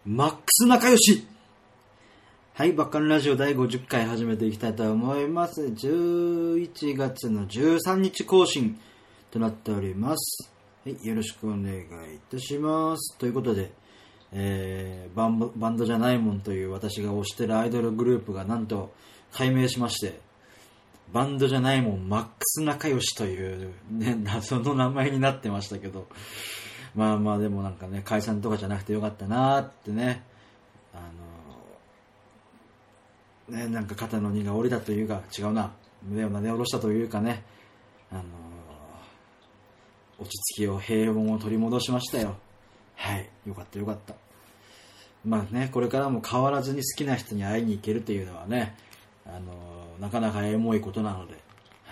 マックス仲良し。はい、バッカンラジオ第50回始めていきたいと思います。11月の13日更新となっております。はい、よろしくお願いいたします。ということで、バンドじゃないもんという私が推してるアイドルグループがなんと改名しまして、バンドじゃないもんマックス仲良しというね、謎の名前になってましたけど、まあまあでもなんかね、解散とかじゃなくてよかったなーってね、なんか肩の荷が下りたというか、違うな、胸をなで下ろしたというかね、落ち着きを平穏を取り戻しましたよ。はい、よかったよかった。まあね、これからも変わらずに好きな人に会いに行けるというのはね、なかなかエモいことなので、はい、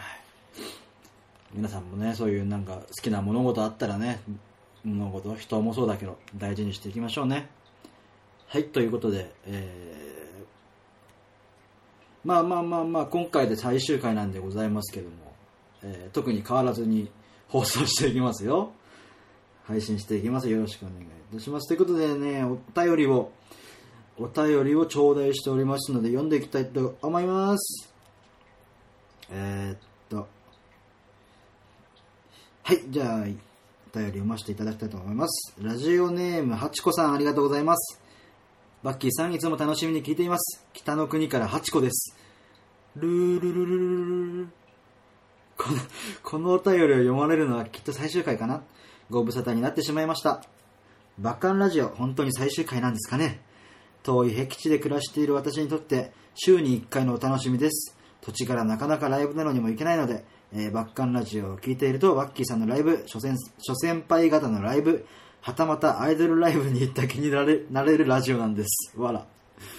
皆さんもね、そういうなんか好きな物事あったらね、物事、人もそうだけど大事にしていきましょうね。はい、ということで、まあ今回で最終回なんでございますけども、特に変わらずに放送していきますよ。配信していきます。よろしくお願いいたします。ということでね、お便りを頂戴しておりますので読んでいきたいと思います。はい、じゃあお便り読ませていただきたいと思います。ラジオネームはちこさん、ありがとうございます。バッキーさん、いつも楽しみに聞いています。北の国からはちこです。ルールルルルル。このお便りを読まれるのはきっと最終回かな。ご無沙汰になってしまいました。バッカンラジオ、本当に最終回なんですかね。遠い僻地で暮らしている私にとって週に1回のお楽しみです。土地からなかなかライブなのにも行けないので、バッカンラジオを聞いていると、バッキーさんのライブ、諸先輩方のライブ、はたまたアイドルライブに行った気になれるラジオなんです。わら。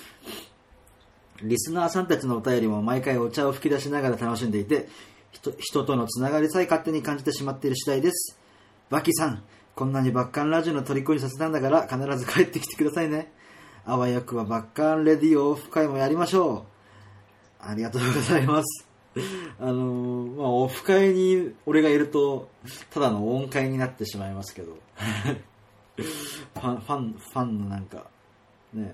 リスナーさんたちのお便りも毎回お茶を吹き出しながら楽しんでいて、人とのつながりさえ勝手に感じてしまっている次第です。バッキーさん、こんなにバッカンラジオの虜にさせたんだから必ず帰ってきてくださいね。あわよくはバッカンレディオオフ会もやりましょう。ありがとうございます。オフ会に俺がいるとただの音会になってしまいますけどファンのなんかね、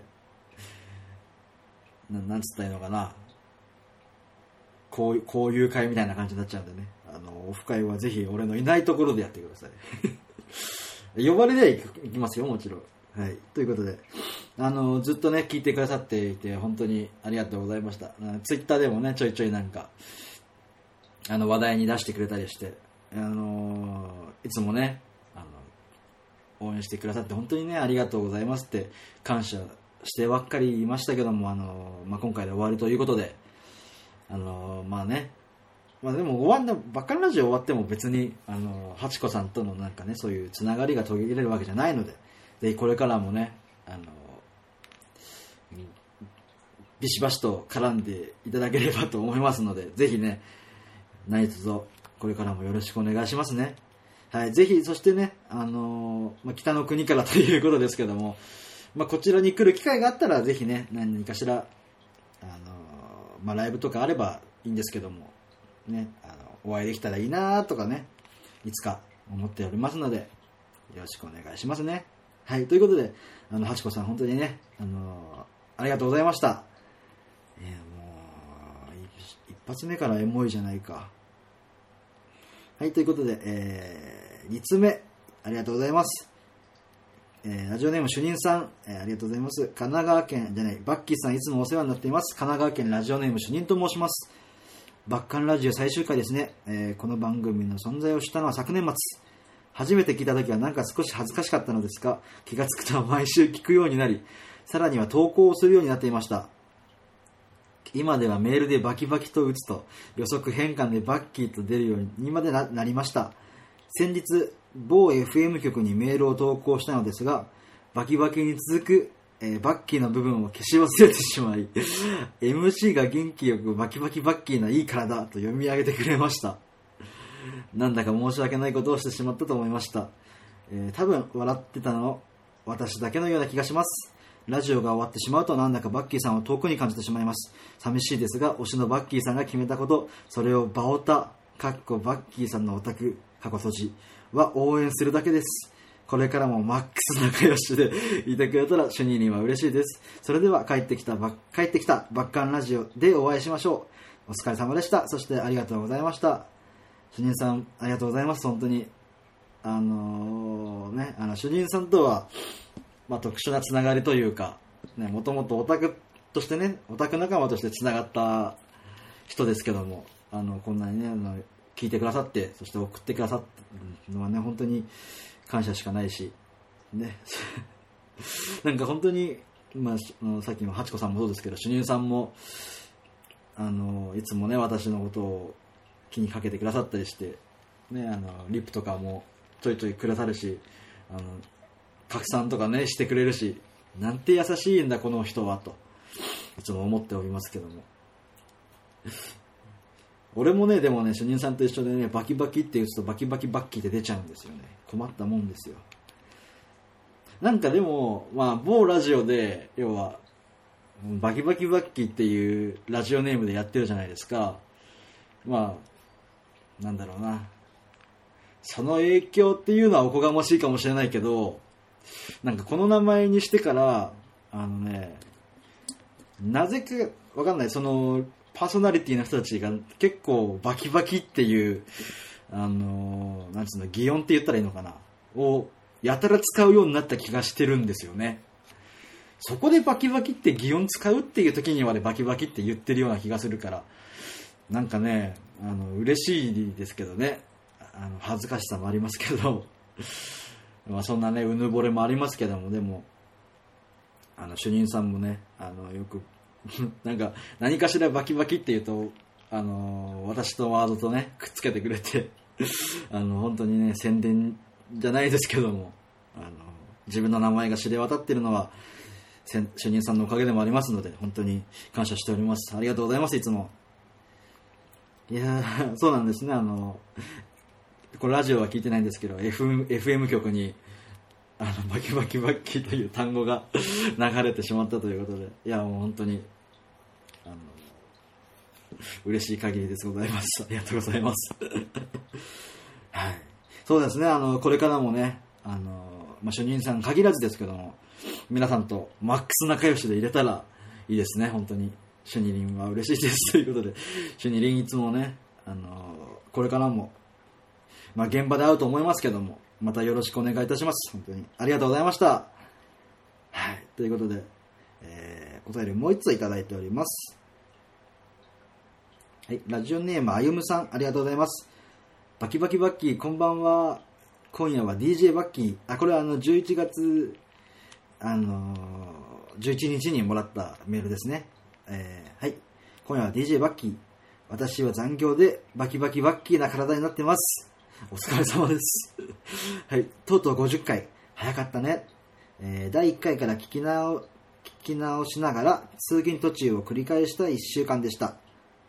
なんつったらいいのかな、こういう会みたいな感じになっちゃうんでね、オフ会はぜひ俺のいないところでやってください呼ばれてはいきますよ、もちろん。はい、ということで、ずっとね聞いてくださっていて本当にありがとうございました。ツイッターでもねちょいちょいなんか話題に出してくれたりして、いつもね応援してくださって本当にねありがとうございますって感謝してばっかりいましたけども、今回で終わりということで、でもバッカンラジオ終わっても別にハチコさんとのなんかねそういうつながりが途切れるわけじゃないので、でこれからもねビシバシと絡んでいただければと思いますので、ぜひね何卒これからもよろしくお願いしますね。はい、ぜひ。そしてね北の国からということですけども、こちらに来る機会があったらぜひね何かしらライブとかあればいいんですけどもね、お会いできたらいいなとかね、いつか思っておりますのでよろしくお願いしますね。はい、ということではちこさん本当にねありがとうございました。もう一発目からエモいじゃないか。はい、ということで、2つ目ありがとうございます。ラジオネーム主任さん、ありがとうございます。神奈川県じゃない、バッキーさんいつもお世話になっています。神奈川県ラジオネーム主任と申します。バッカンラジオ最終回ですね。この番組の存在を知ったのは昨年末。初めて聞いた時はなんか少し恥ずかしかったのですが、気がつくと毎週聞くようになり、さらには投稿をするようになっていました。今ではメールでバキバキと打つと予測変換でバッキーと出るようにまで なりました。先日某 FM 局にメールを投稿したのですが、バキバキに続く、バッキーの部分を消し忘れてしまいMC が元気よくバキバキバッキーないい体と読み上げてくれました。なんだか申し訳ないことをしてしまったと思いました。多分笑ってたの私だけのような気がします。ラジオが終わってしまうとなんだかバッキーさんを遠くに感じてしまいます。寂しいですが、推しのバッキーさんが決めたこと、それをバオタバッキーさんのオタクは応援するだけです。 これからもマックス仲良しでいてくれたら主任には嬉しいです。それでは帰ってきたバッカンラジオでお会いしましょう。お疲れ様でした。そしてありがとうございました。主任さんありがとうございます。本当に主任さんとは、特殊なつながりというかね、もともとオタクとしてね、オタク仲間としてつながった人ですけども、こんなにね聞いてくださって、そして送ってくださったのはね、本当に感謝しかないしねなんか本当に、さっきのハチコさんもそうですけど、主任さんもいつもね私のことを気にかけてくださったりしてね、リップとかもちょいちょいくださるし、拡散とかねしてくれるし、なんて優しいんだこの人はといつも思っておりますけども俺もね、でもね、主任さんと一緒でね、バキバキって打つとバキバキバッキーって出ちゃうんですよね。困ったもんですよ。なんかでも、某ラジオで、要は、バキバキバッキーっていうラジオネームでやってるじゃないですか。なんだろうな。その影響っていうのはおこがましいかもしれないけど、なんかこの名前にしてから、なぜかわかんない、その、パーソナリティの人たちが結構バキバキっていうなんつうの、擬音って言ったらいいのかなをやたら使うようになった気がしてるんですよね。そこでバキバキって擬音使うっていう時にはね、バキバキって言ってるような気がするから、なんかね、嬉しいですけどね、恥ずかしさもありますけどそんなね、うぬぼれもありますけども、でも主任さんもね、よくなんか何かしらバキバキって言うと私とワードとねくっつけてくれて本当にね、宣伝じゃないですけども自分の名前が知れ渡っているのは主任さんのおかげでもありますので、本当に感謝しております。ありがとうございます。いつもいやそうなんですね。これラジオは聞いてないんですけど FM 局にバキバキバッキという単語が流れてしまったということで、いやもう本当に嬉しい限りですございます。ありがとうございますはい、そうですね、これからもね主任さん限らずですけども、皆さんとマックス仲良しで入れたらいいですね。本当に主任は嬉しいですということで、主任いつもねこれからも現場で会うと思いますけども、またよろしくお願いいたします。本当にありがとうございました。はい、ということで、お便りもう一ついただいております。はい、ラジオネームあゆむさん、ありがとうございます。バキバキバッキー、こんばんは。今夜は DJ バッキー、これは11月11日にもらったメールですね。はい、今夜は DJ バッキー、私は残業でバキバキバッキーな体になってます。お疲れ様ですはい、とうとう50回、早かったね。第1回から聞き直しながら通勤途中を繰り返した1週間でした。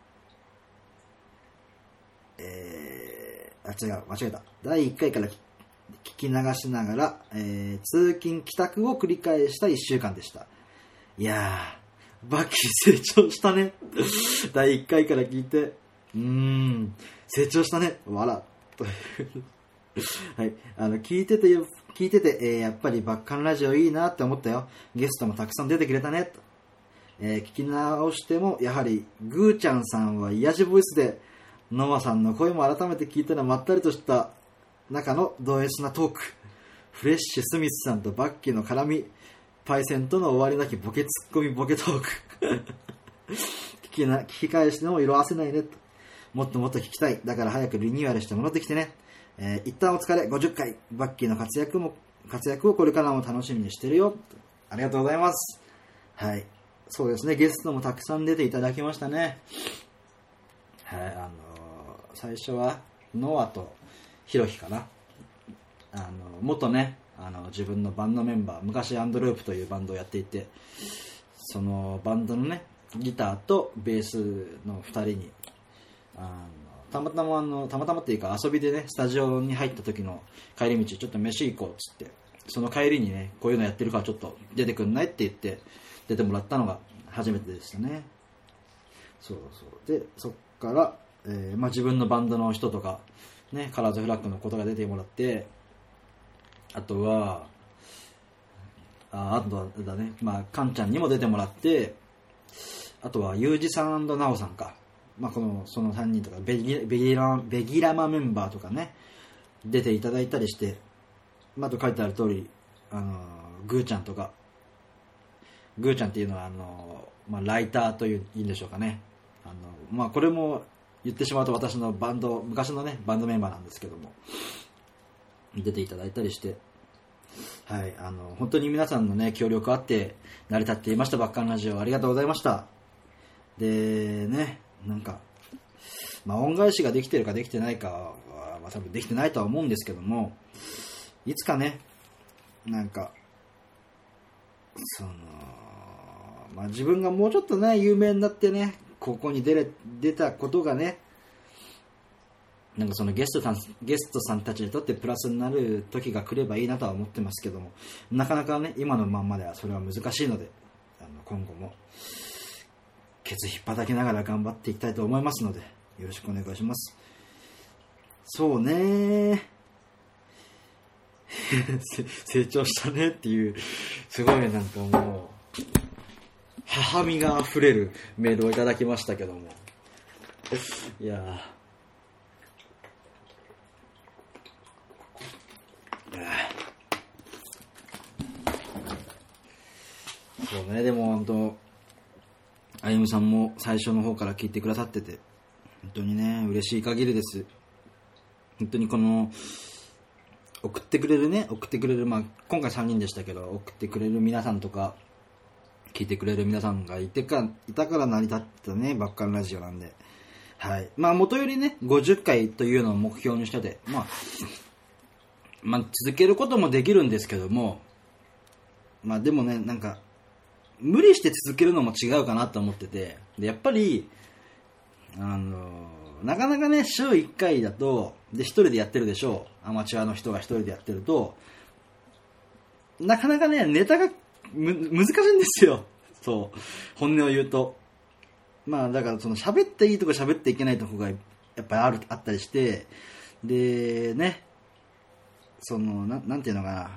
間違えた。第1回から聞き流しながら、通勤帰宅を繰り返した1週間でした。いやー、バッキー成長したね第1回から聞いて成長したね、笑はい、聞いてて、やっぱりバッカンラジオいいなって思ったよ。ゲストもたくさん出てくれたねと、聞き直してもやはりグーちゃんさんは癒しボイスで、ノマさんの声も改めて聞いたらまったりとした中のド S なトーク、フレッシュスミスさんとバッキーの絡み、パイセンとの終わりなきボケツッコミボケトーク聞き返しても色あせないねと、もっともっと聞きたい、だから早くリニューアルして戻ってきてね。一旦お疲れ、50回、バッキーの活躍をこれからも楽しみにしてるよ。ありがとうございます。はい、そうですね、ゲストもたくさん出ていただきましたね。はい、最初はノアとヒロヒかな。元ね、自分のバンドメンバー、昔アンドループというバンドをやっていて、そのバンドのねギターとベースの2人にたまたまっていうか遊びでねスタジオに入った時の帰り道、ちょっと飯行こうっつって、その帰りにねこういうのやってるからちょっと出てくんないって言って出てもらったのが初めてでしたね。そうで、そっから、自分のバンドの人とかね、カラーズフラッグのことが出てもらって、 あとはだね、カンちゃんにも出てもらって、あとはユージさんナオさんか、その3人とかベギラマメンバーとかね出ていただいたりして、あと書いてある通りグーちゃんとか、グーちゃんっていうのはライターというんでしょうかね。これも言ってしまうと私の昔のねバンドメンバーなんですけども、出ていただいたりして、はい、本当に皆さんのね協力あって成り立っていました。バッカンラジオありがとうございました。でね、恩返しができてるかできてないかは、多分できてないとは思うんですけども、いつかね自分がもうちょっとね有名になってね、ここに出たことがね、そのゲストさんたちにとってプラスになる時が来ればいいなとは思ってますけども、なかなかね今のまんまではそれは難しいので、今後もケツ引っ叩きながら頑張っていきたいと思いますので、よろしくお願いします。そうね成長したねっていう、すごいもう母身が溢れるメールをいただきましたけども、いやそうね、でも本当あゆむさんも最初の方から聞いてくださってて、本当にね嬉しい限りです。本当にこの送ってくれる、今回3人でしたけど、送ってくれる皆さんとか聞いてくれる皆さんがいたから成り立ったねバッカンラジオなんで、はい、元よりね50回というのを目標にしてて、続けることもできるんですけども、でもね無理して続けるのも違うかなと思ってて、でやっぱりなかなかね週1回だとで一人でやってるでしょう、アマチュアの人が一人でやってるとなかなかねネタが難しいんですよ。そう本音を言うと、だからその喋っていいとこ喋っていけないとこがやっぱりあったりして、でね、なんていうのか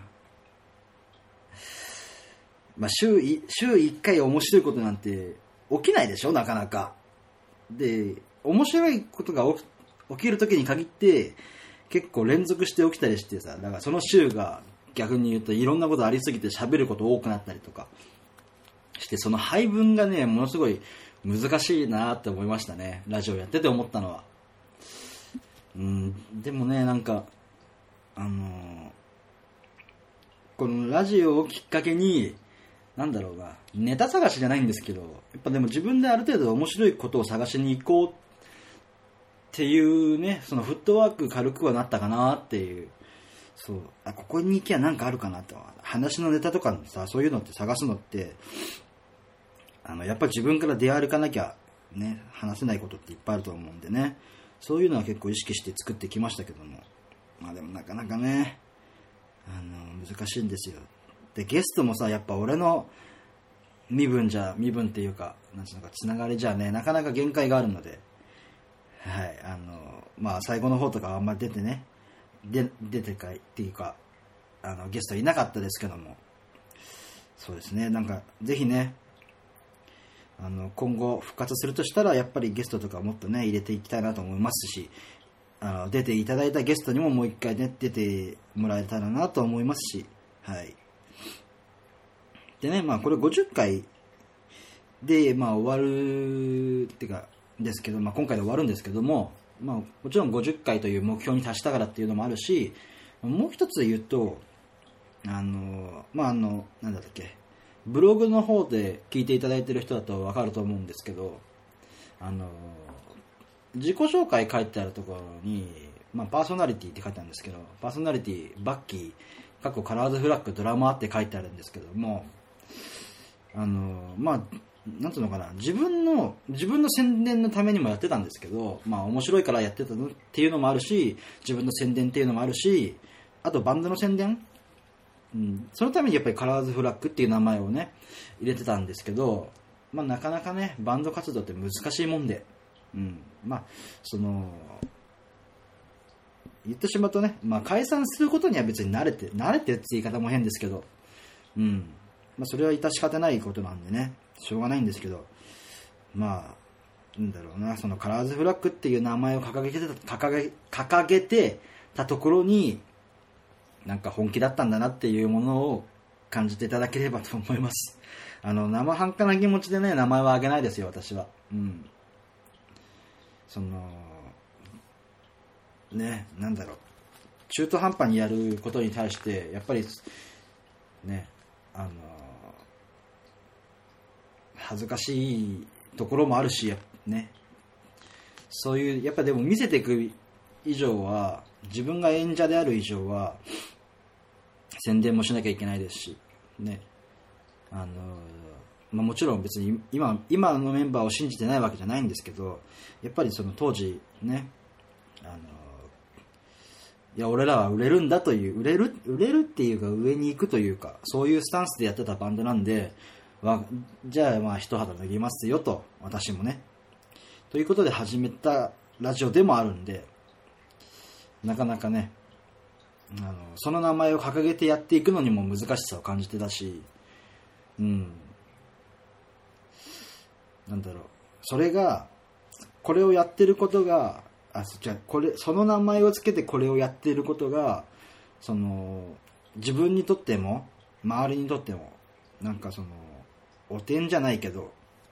な、週1回面白いことなんて起きないでしょなかなか。で面白いことが起きるときに限って結構連続して起きたりしてさ、だからその週が逆に言うといろんなことありすぎて喋ること多くなったりとかして、その配分がねものすごい難しいなって思いましたね、ラジオやってて思ったのは。でもねこのラジオをきっかけにネタ探しじゃないんですけど、やっぱでも自分である程度面白いことを探しに行こうっていうね、そのフットワーク軽くはなったかなっていう。ここに行きゃなんかあるかなと、話のネタとかさ、そういうのって探すのってやっぱり自分から出歩かなきゃね話せないことっていっぱいあると思うんでね、そういうのは結構意識して作ってきましたけども、でもなかなかね難しいんですよ。でゲストもさ、やっぱ俺の身分っていうかつながりじゃねなかなか限界があるので、はい、最後の方とかはあんまり出てかっていうかゲストいなかったですけども、そうですね、ぜひね今後復活するとしたらやっぱりゲストとかもっとね入れていきたいなと思いますし、出ていただいたゲストにももう一回ね出てもらえたらなと思いますし、はい。でね、これ50回で終わるっていうかですけど、今回で終わるんですけども、もちろん50回という目標に達したからっていうのもあるし、もう一つ言うとなんだっけ、ブログの方で聞いていただいている人だと分かると思うんですけど、自己紹介書いてあるところに、パーソナリティって書いてあるんですけど、パーソナリティバッキーカラーズフラッグドラマーって書いてあるんですけども、なんつうのかな、自分の宣伝のためにもやってたんですけど、面白いからやってたっていうのもあるし、自分の宣伝っていうのもあるし、あとバンドの宣伝、そのためにやっぱりカラーズフラッグっていう名前をね入れてたんですけど、なかなかねバンド活動って難しいもんで、 言ってしまうとね、解散することには別に慣れてって言い方も変ですけど、それは致し方ないことなんでね、しょうがないんですけど、なんだろうな、そのカラーズフラッグっていう名前を掲げてたところに、なんか本気だったんだなっていうものを感じていただければと思います。生半可な気持ちでね、名前はあげないですよ、私は。なんだろう、中途半端にやることに対してやっぱりね、恥ずかしいところもあるしね、そういうやっぱでも見せていく以上は、自分が演者である以上は宣伝もしなきゃいけないですしね、もちろん別に今のメンバーを信じてないわけじゃないんですけど、やっぱりその当時ね、いや俺らは売れるんだという、売れるっていうか上に行くというか、そういうスタンスでやってたバンドなんで、じゃあ一肌脱ぎますよと、私もねということで始めたラジオでもあるんで、なかなかね、その名前を掲げてやっていくのにも難しさを感じてたし、なんだろう、それがこれをやってることが、その名前をつけてこれをやっていることが、その自分にとっても周りにとってもなんかその汚点じゃないけど、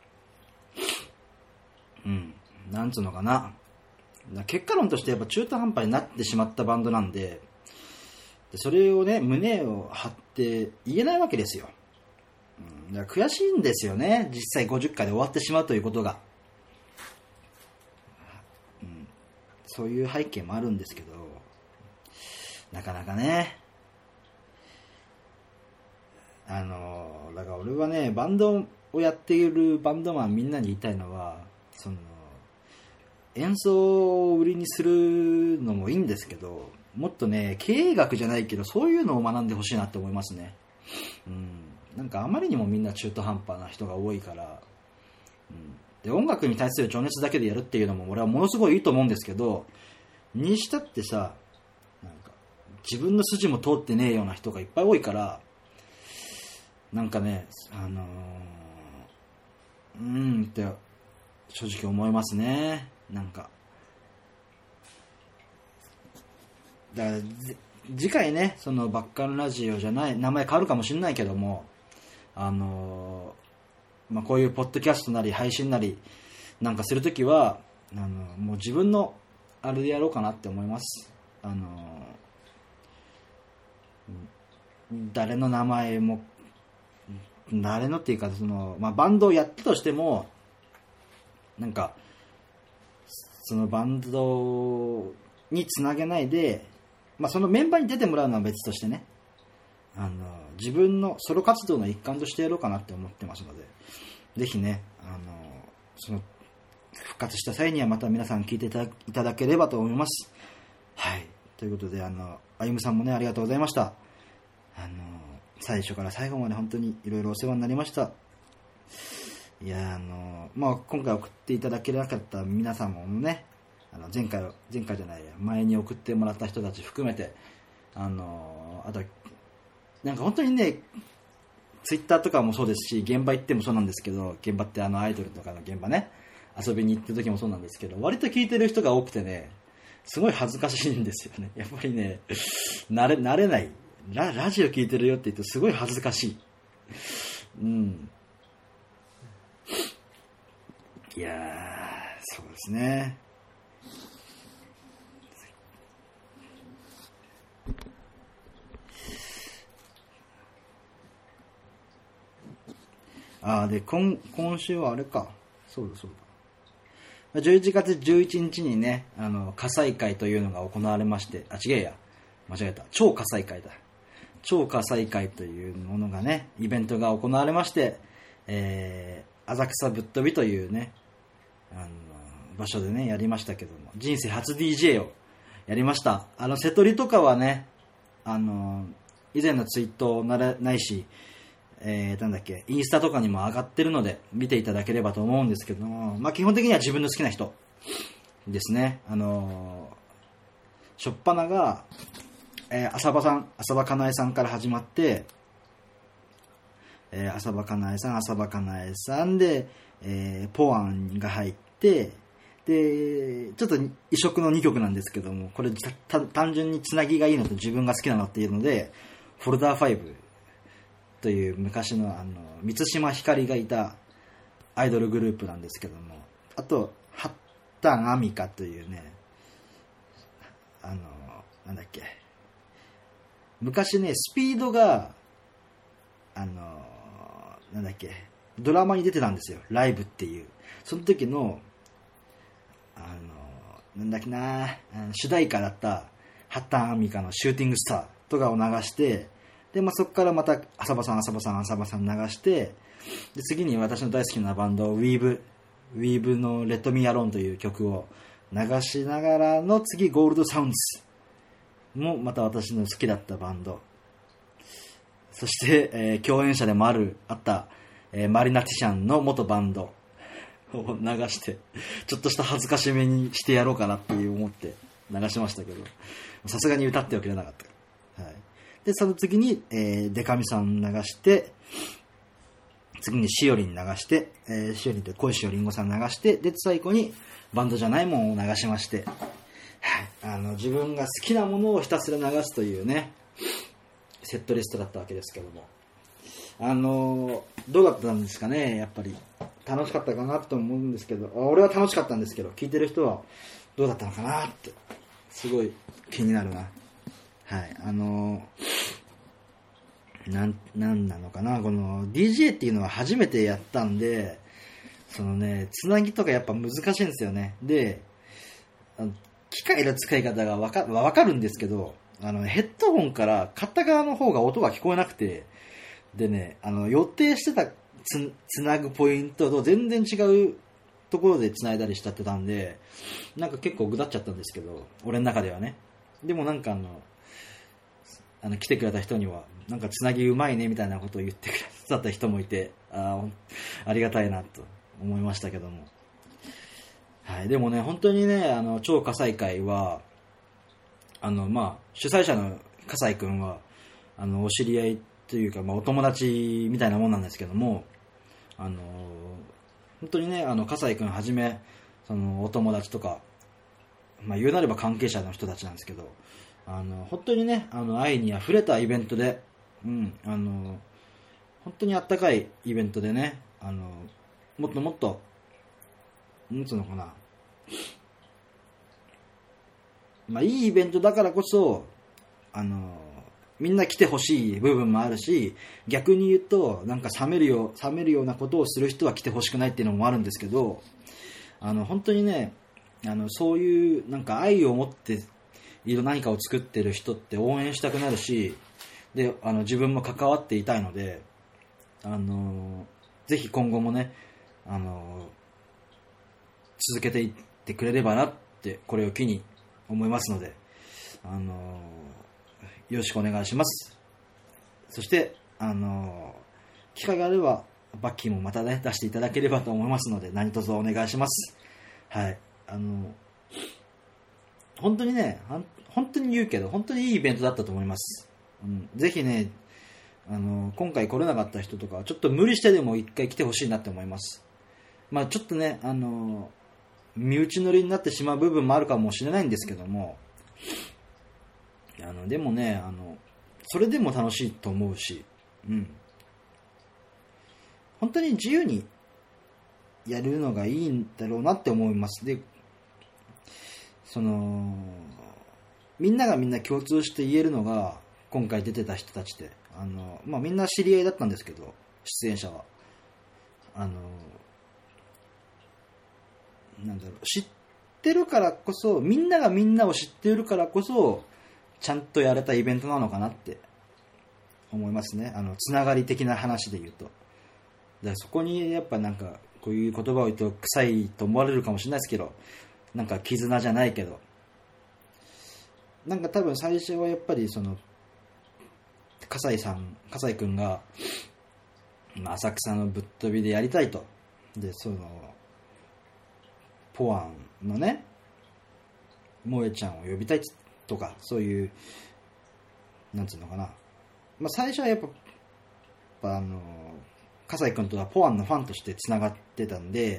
なんつうのかな、結果論としてやっぱ中途半端になってしまったバンドなんで、それをね、胸を張って言えないわけですよ。だから悔しいんですよね、実際50回で終わってしまうということが。そういう背景もあるんですけど、なかなかね、だから俺はね、バンドをやっているバンドマンみんなに言いたいのは、その演奏を売りにするのもいいんですけど、もっとね、経営学じゃないけどそういうのを学んでほしいなって思いますね。なんかあまりにもみんな中途半端な人が多いから、で音楽に対する情熱だけでやるっていうのも俺はものすごいいいと思うんですけど、にしたってさ、なんか自分の筋も通ってねえような人がいっぱい多いから、なんかね、って正直思いますね。なんかだから次回ね、そのバッカンラジオじゃない、名前変わるかもしれないけども、こういうポッドキャストなり配信なりなんかするときは、もう自分のあれでやろうかなって思います。誰の名前も、誰のっていうか、そのバンドをやったとしても、なんかそのバンドにつなげないで、そのメンバーに出てもらうのは別としてね、自分のソロ活動の一環としてやろうかなって思ってますので、ぜひね、その復活した際にはまた皆さん聞いていただければと思います。はい、ということで、あゆむさんもね、ありがとうございました。最初から最後まで本当にいろいろお世話になりました。いや、今回送っていただけなかった皆さんもね、前回じゃないや、前に送ってもらった人たち含めて、あとなんか本当にね、ツイッターとかもそうですし、現場行ってもそうなんですけど、現場ってアイドルとかの現場ね、遊びに行った時もそうなんですけど、割と聞いてる人が多くてね、すごい恥ずかしいんですよね。やっぱりね、慣れない。ラジオ聞いてるよって言ってすごい恥ずかしい。いやー、そうですね。で、今週はあれか。そうだ。11月11日にね、火災会というのが行われまして、間違えた。超火災会だ。超火災会というものがね、イベントが行われまして、浅草ぶっ飛びというね、場所でね、やりましたけども、人生初 DJ をやりました。瀬戸りとかはね、以前のツイートないし、インスタとかにも上がってるので見ていただければと思うんですけども、基本的には自分の好きな人ですね。 しょっぱなが、浅場かなえさんから始まって、浅場かなえさんで、ポアンが入って、で、ちょっと異色の2曲なんですけども、これ単純につなぎがいいのと自分が好きなのっていうので、フォルダー5という昔の満島ひかりがいたアイドルグループなんですけども、あと、ハッタンアミカというね、なんだっけ、昔ね、スピードが、なんだっけ、ドラマに出てたんですよ、ライブっていう。その時の、なんだっけな、主題歌だったハッタンアミカのシューティングスターとかを流して、で、そこからまた浅場さん流して、で、次に私の大好きなバンド、ウィーブのレッドミーアローンという曲を流しながらの次、ゴールドサウンズもまた私の好きだったバンド。そして、共演者でもあった、マリナティシャンの元バンドを流して、ちょっとした恥ずかしめにしてやろうかなって思って流しましたけど、さすがに歌ってはくれなかった。はい。で、その次に、デカミさん流して、次にしおりん流して、しおりんと小石りんごさん流して、で、最後にバンドじゃないものを流しまして、はい。自分が好きなものをひたすら流すというね、セットリストだったわけですけども。どうだったんですかね、やっぱり。楽しかったかなと思うんですけど、俺は楽しかったんですけど、聞いてる人はどうだったのかなって、すごい気になるな。はい。なんなのかな、この DJ っていうのは初めてやったんで、そのね、つなぎとかやっぱ難しいんですよね。で、機械の使い方がわかるんですけど、ヘッドホンから片側の方が音が聞こえなくて、でね、予定してたつなぐポイントと全然違うところでつないだりしちゃってたんで、なんか結構ぐだっちゃったんですけど、俺の中ではね。でもなんか来てくれた人には、なんかつなぎうまいねみたいなことを言ってくださった人もいて、ありがたいなと思いましたけども。はい。でもね、本当にね、超火災会は、主催者の笠井くんは、お知り合いというか、お友達みたいなもんなんですけども、本当にね、笠井くんはじめ、お友達とか、言うなれば関係者の人たちなんですけど、本当にね、愛に溢れたイベントで、本当にあったかいイベントでね、もっともっと、なんつうのかな、いいイベントだからこそ、みんな来てほしい部分もあるし、逆に言うと、なんか冷めるようなことをする人は来てほしくないっていうのもあるんですけど、本当にね、そういうなんか愛を持って何かを作ってる人って応援したくなるし、で、自分も関わっていたいので、ぜひ今後もね、続けていってくれればなって、これを機に思いますので、よろしくお願いします。そして、機会があれば、バッキーもまたね、出していただければと思いますので、何卒お願いします。はい。本当にね、本当に言うけど、本当にいいイベントだったと思います。ぜひね、今回来れなかった人とか、ちょっと無理してでも一回来てほしいなって思います。ちょっとね、身内乗りになってしまう部分もあるかもしれないんですけども、でもね、それでも楽しいと思うし、本当に自由にやるのがいいんだろうなって思います。で、みんながみんな共通して言えるのが、今回出てた人たちで、みんな知り合いだったんですけど、出演者は。知ってるからこそ、みんながみんなを知っているからこそ、ちゃんとやれたイベントなのかなって思いますね。つながり的な話で言うと。だからそこにやっぱなんか、こういう言葉を言うと臭いと思われるかもしれないですけど、なんか絆じゃないけど、なんか多分最初はやっぱり笠井くんが、浅草のぶっ飛びでやりたいと。で、ポアンのね、萌えちゃんを呼びたいってとか、そういうなんつうのかな、最初はやっぱ笠井君とはポアンのファンとしてつながってたんで、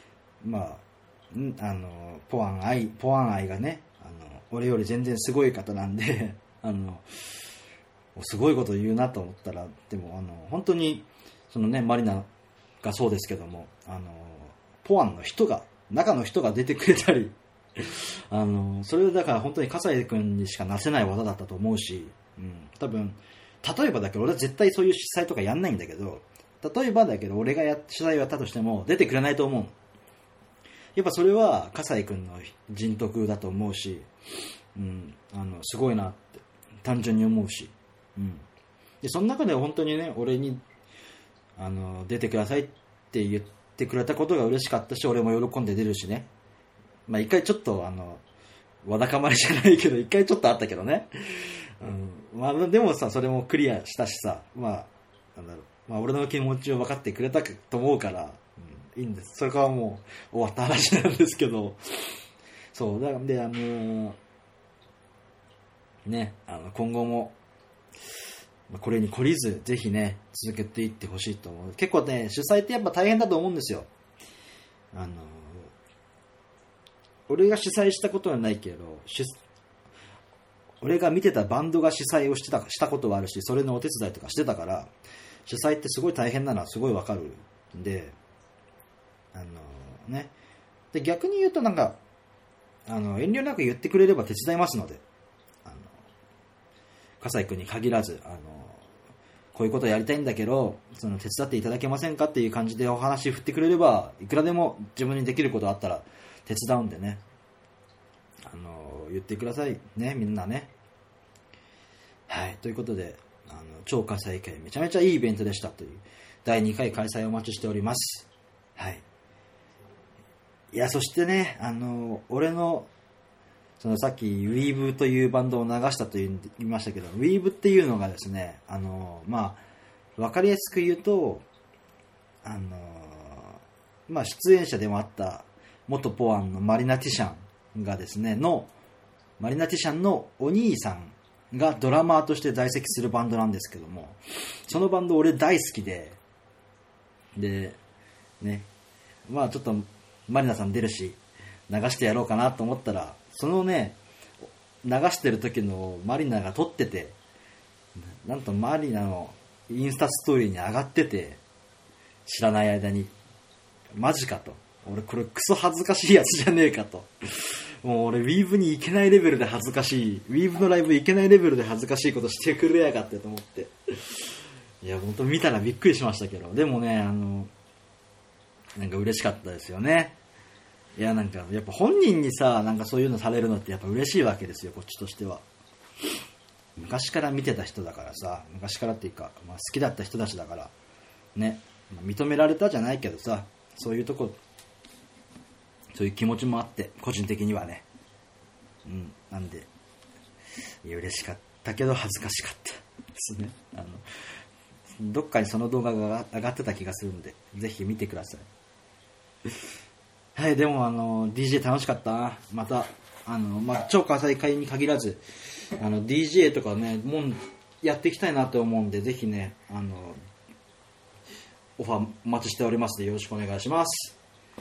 ポアン愛がね、俺より全然すごい方なんですごいこと言うなと思ったら、でも本当にそのね、マリナがそうですけども、ポアンの中の人が出てくれたりそれだから本当に笠井君にしかなせない技だったと思うし、多分例えばだけど、俺は絶対そういう主催とかやんないんだけど、例えばだけど俺が主催をやったとしても出てくれないと思う。やっぱそれは笠井君の人徳だと思うし、すごいなって単純に思うし、でその中で本当にね、俺に出てくださいって言ってくれたことが嬉しかったし、俺も喜んで出るしね。一回ちょっとわだかまりじゃないけど、一回ちょっとあったけどね、でもさ、それもクリアしたしさ、俺の気持ちを分かってくれたと思うから、いいんです。それからもう終わった話なんですけど、そうだでね、今後もこれに懲りず、ぜひね続けていってほしいと思う。結構ね、主催ってやっぱ大変だと思うんですよ。俺が主催したことはないけど、俺が見てたバンドが主催をしたことはあるし、それのお手伝いとかしてたから、主催ってすごい大変なのはすごいわかるんで、ね。で、逆に言うと遠慮なく言ってくれれば手伝いますので、笠井君に限らず、こういうことやりたいんだけど、手伝っていただけませんかっていう感じでお話振ってくれれば、いくらでも自分にできることあったら手伝うんでね、言ってくださいね、みんなね。はい、ということで、超火災会めちゃめちゃいいイベントでしたという第2回開催をお待ちしております。はい。いや、そしてね、俺のさっきウィーブというバンドを流したと言いましたけど、ウィーブっていうのがですね、わかりやすく言うと、出演者でもあった元ポアンのマリナ・ティシャンがですね、マリナ・ティシャンのお兄さんがドラマーとして在籍するバンドなんですけども、そのバンド俺大好きでね、ちょっとマリナさん出るし流してやろうかなと思ったら、そのね、流してる時のマリナが撮ってて、なんとマリナのインスタストーリーに上がってて、知らない間にマジかと、俺これクソ恥ずかしいやつじゃねえかと、もう俺ウィーブに行けないレベルで恥ずかしい、ウィーブのライブ行けないレベルで恥ずかしいことしてくれやがってと思って、いや本当見たらびっくりしましたけど、でもね、なんか嬉しかったですよね。いや、なんかやっぱ本人にさ、なんかそういうのされるのってやっぱ嬉しいわけですよ、こっちとしては。昔から見てた人だからさ、昔からっていうか、好きだった人たちだからね、認められたじゃないけどさ、そういうとこ、そういう気持ちもあって、個人的にはね、なんで、いや嬉しかったけど恥ずかしかったですね。どっかにその動画が上がってた気がするんで、ぜひ見てください。はい、でもDJ 楽しかったな。また超火災会に限らずDJ とかね、もうやっていきたいなと思うんで、ぜひねオファーお待ちしておりますので、よろしくお願いします。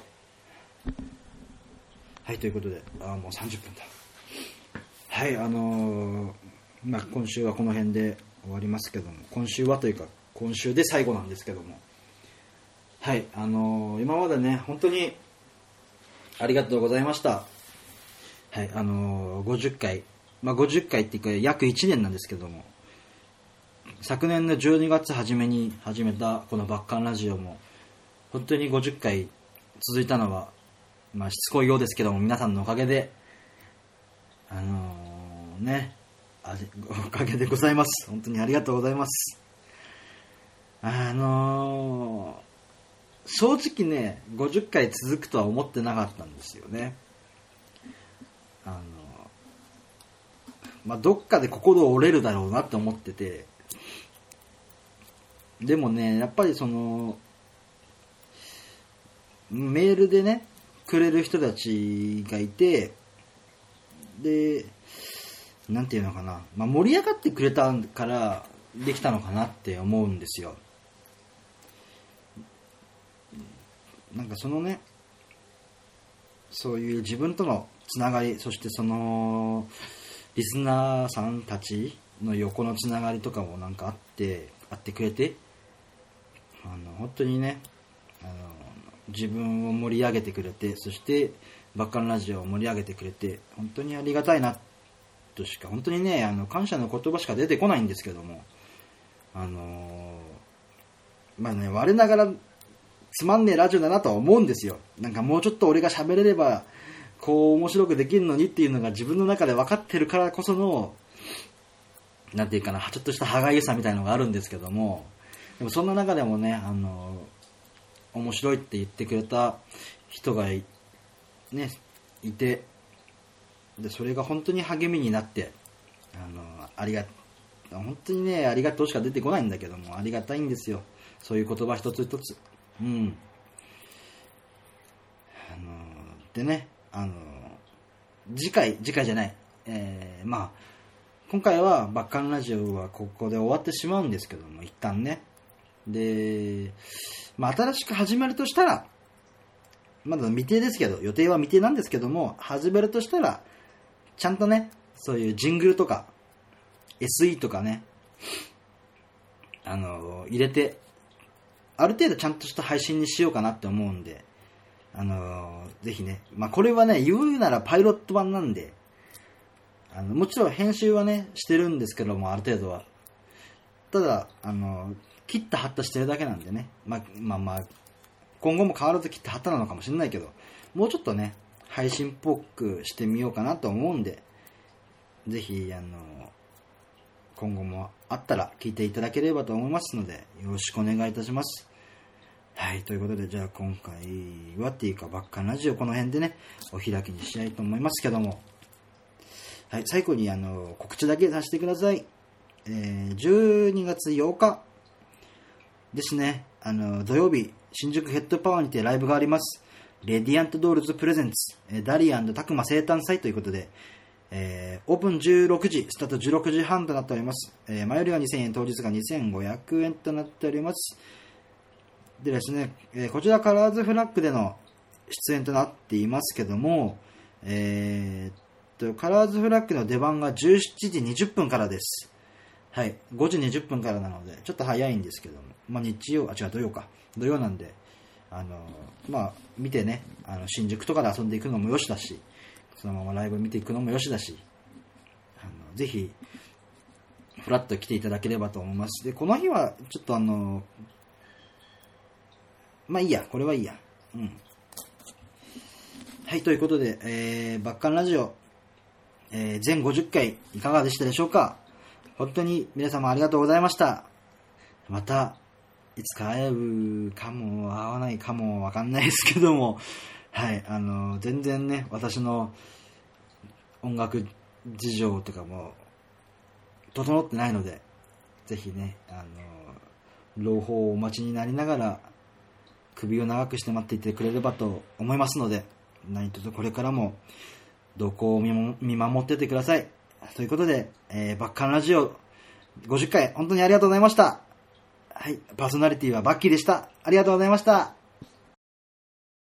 はい、ということでもう30分だ。はい、今週はこの辺で終わりますけども、今週はというか今週で最後なんですけども、はい、今までね本当にありがとうございました。はい、50回、50回っていうか約1年なんですけども、昨年の12月初めに始めたこのバッカンラジオも本当に50回続いたのは、しつこいようですけども、皆さんのおかげでおかげでございます。本当にありがとうございます。正直ね、50回続くとは思ってなかったんですよね。どっかで心折れるだろうなって思ってて、でもね、やっぱりメールでねくれる人たちがいて、でなんていうのかな、盛り上がってくれたからできたのかなって思うんですよ。なんかそのね、そういう自分とのつながり、そしてそのリスナーさんたちの横のつながりとかもなんかあってくれて、本当にね、自分を盛り上げてくれて、そしてバッカンラジオを盛り上げてくれて、本当にありがたいなとしか、本当にね、感謝の言葉しか出てこないんですけども、我ながらつまんねえラジオだなとは思うんですよ。なんかもうちょっと俺が喋れればこう面白くできるのにっていうのが自分の中で分かってるからこその、なんていうかな、ちょっとした歯がゆさみたいなのがあるんですけども、でもそんな中でもね、面白いって言ってくれた人がいて、でそれが本当に励みになって、本当にね、ありがとうしか出てこないんだけども、ありがたいんですよ、そういう言葉一つ一つ。でね、次回じゃない、今回はバッカンラジオはここで終わってしまうんですけども、一旦ね。で、新しく始めるとしたら、まだ未定ですけど、予定は未定なんですけども、始めるとしたらちゃんとね、そういうジングルとか SE とかね、入れて、ある程度ちゃんとした配信にしようかなって思うんで、ぜひね、これはね、言うならパイロット版なんで、もちろん編集はねしてるんですけども、ある程度はただ切った貼ったしてるだけなんでね、今後も変わらず切った貼ったなのかもしれないけど、もうちょっとね配信っぽくしてみようかなと思うんで、ぜひ今後もあったら聞いていただければと思いますので、よろしくお願いいたします。はい、ということで、じゃあ今回はっていうかバッカンラジオこの辺でねお開きにしたいと思いますけども、はい、最後に告知だけさせてください。12月8日ですね、土曜日、新宿ヘッドパワーにてライブがあります。レディアントドールズプレゼンツ、ダリア&タクマ生誕祭ということで、オープン16時、スタート16時半となっております。前よりが2000円、当日が2500円となっております。でですね、こちらカラーズフラッグでの出演となっていますけども、カラーズフラッグの出番が17時20分からです。はい、5時20分からなのでちょっと早いんですけども、土曜なんで、見てね、新宿とかで遊んでいくのもよしだし、そのままライブ見ていくのもよしだし、ぜひフラッと来ていただければと思います。で、この日はちょっといいや、これはいいや。はい、ということで、バッカンラジオ、全50回いかがでしたでしょうか。本当に皆様ありがとうございました。またいつか会えるかも会わないかもわかんないですけども、はい、全然ね、私の音楽事情とかも整ってないので、ぜひね、朗報をお待ちになりながら首を長くして待っていてくれればと思いますので、何卒これからも動向を見守っててください。ということで、バッカンラジオ50回本当にありがとうございました。はい、パーソナリティはバッキーでした。ありがとうございました。